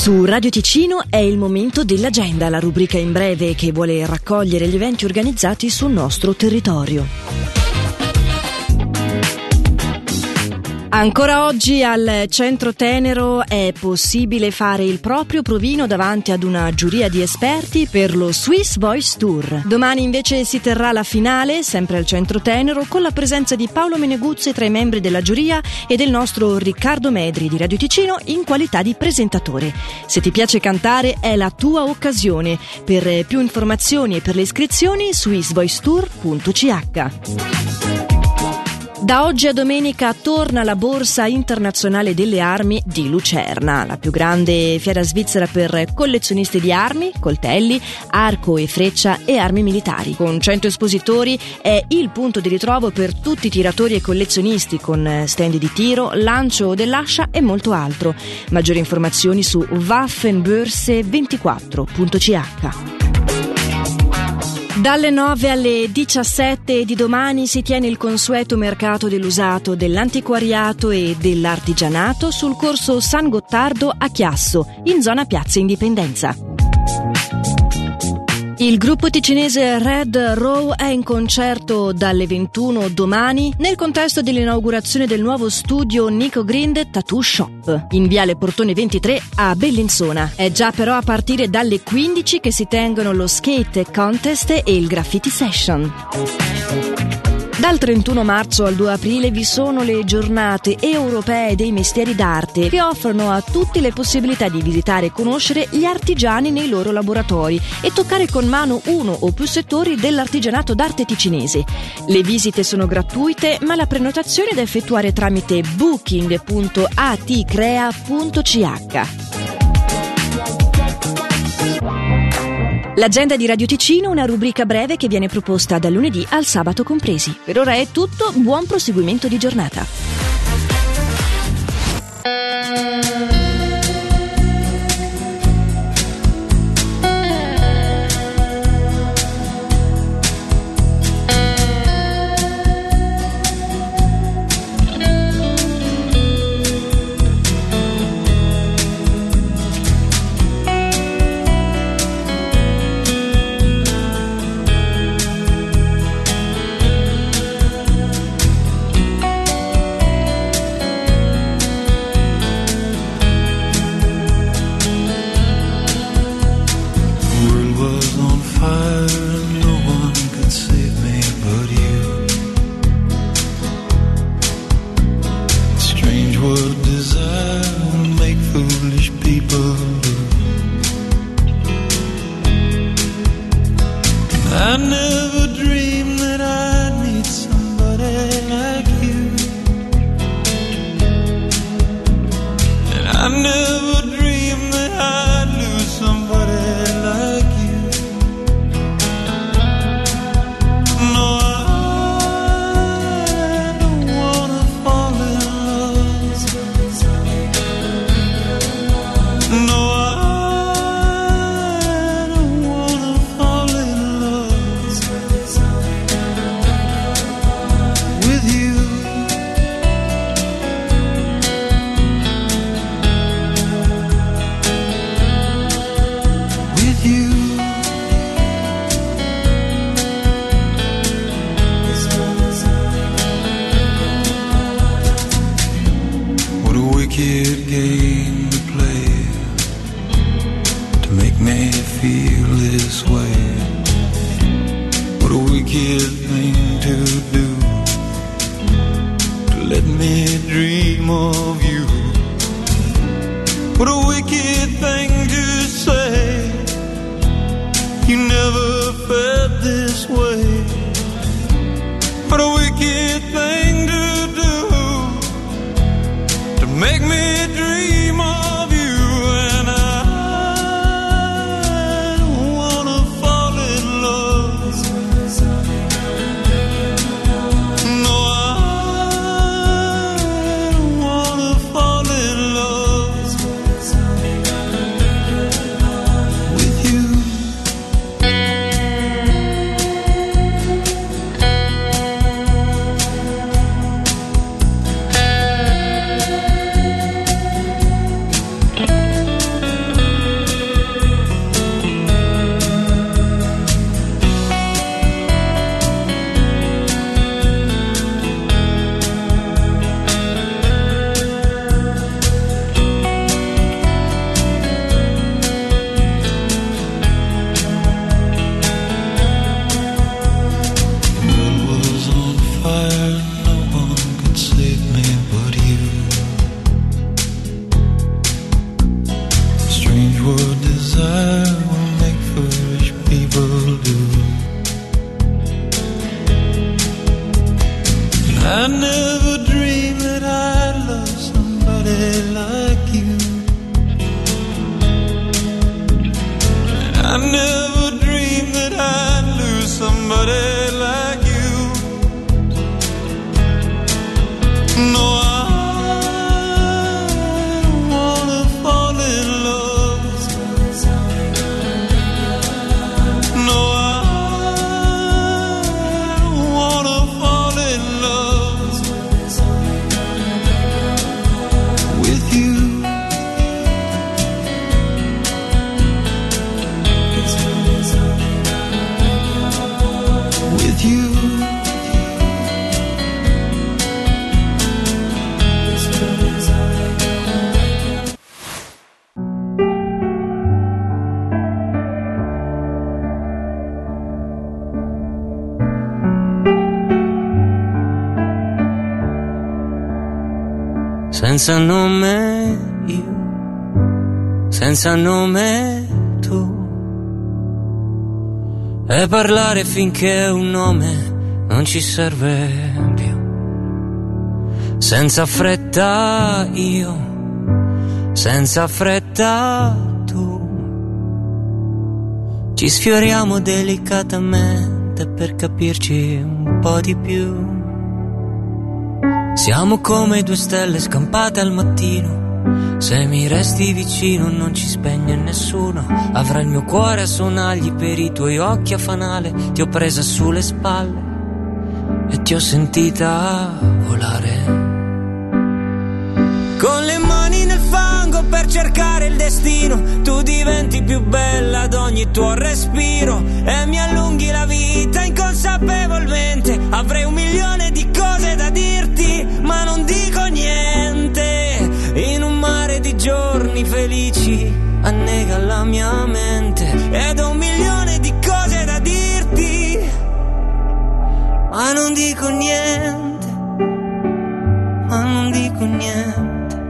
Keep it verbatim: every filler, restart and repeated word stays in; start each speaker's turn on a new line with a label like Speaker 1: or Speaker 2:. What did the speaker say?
Speaker 1: Su Radio Ticino è il momento dell'agenda, la rubrica in breve che vuole raccogliere gli eventi organizzati sul nostro territorio. Ancora oggi al Centro Tenero è possibile fare il proprio provino davanti ad una giuria di esperti per lo Swiss Voice Tour. Domani invece si terrà la finale, sempre al Centro Tenero, con la presenza di Paolo Meneguzzi tra i membri della giuria e del nostro Riccardo Medri di Radio Ticino in qualità di presentatore. Se ti piace cantare è la tua occasione. Per più informazioni e per le iscrizioni swiss voice tour punto c h. Da oggi a domenica torna la Borsa Internazionale delle Armi di Lucerna, la più grande fiera svizzera per collezionisti di armi, coltelli, arco e freccia e armi militari. Con cento espositori è il punto di ritrovo per tutti i tiratori e collezionisti, con stand di tiro, lancio dell'ascia e molto altro. Maggiori informazioni su waffenbörse ventiquattro punto c h. Dalle nove alle diciassette di domani si tiene il consueto mercato dell'usato, dell'antiquariato e dell'artigianato sul corso San Gottardo a Chiasso, in zona Piazza Indipendenza. Il gruppo ticinese Red Row è in concerto dalle ventuno domani nel contesto dell'inaugurazione del nuovo studio Nico Grind Tattoo Shop in Viale Portone ventitré a Bellinzona. È già però a partire dalle quindici che si tengono lo skate contest e il graffiti session. Dal trentuno marzo al due aprile vi sono le giornate europee dei mestieri d'arte che offrono a tutti le possibilità di visitare e conoscere gli artigiani nei loro laboratori e toccare con mano uno o più settori dell'artigianato d'arte ticinese. Le visite sono gratuite, ma la prenotazione è da effettuare tramite booking punto a t crea punto c h. L'agenda di Radio Ticino, una rubrica breve che viene proposta dal lunedì al sabato compresi. Per ora è tutto, buon proseguimento di giornata.
Speaker 2: I never dreamed that I'd meet somebody like you, and I never dreamed that I'd lose somebody like you. No, I don't wanna fall in love. No, wicked game to play to make me feel this way. What a wicked thing to do, to let me dream of you. What a wicked thing to say, you never felt this way. What a wicked thing to make me dream of you, and I don't wanna fall in love. No, I don't wanna fall in love with you.
Speaker 3: senza nome io, senza nome tu, e parlare finché un nome non ci serve più, senza fretta io, senza fretta tu, ci sfioriamo delicatamente per capirci un po' di più. Siamo come due stelle scampate al mattino, se mi resti vicino non ci spegne nessuno. Avrai il mio cuore a sonagli per i tuoi occhi a fanale. Ti ho presa sulle spalle e ti ho sentita volare, con le mani nel fango per cercare il destino. Tu diventi più bella ad ogni tuo respiro e mi allunghi la vita inconsapevolmente. Avrei un milione di cose da dirti, ma non dico niente. In un mare di giorni felici annega la mia mente ed ho un milione di cose da dirti, ma non dico niente.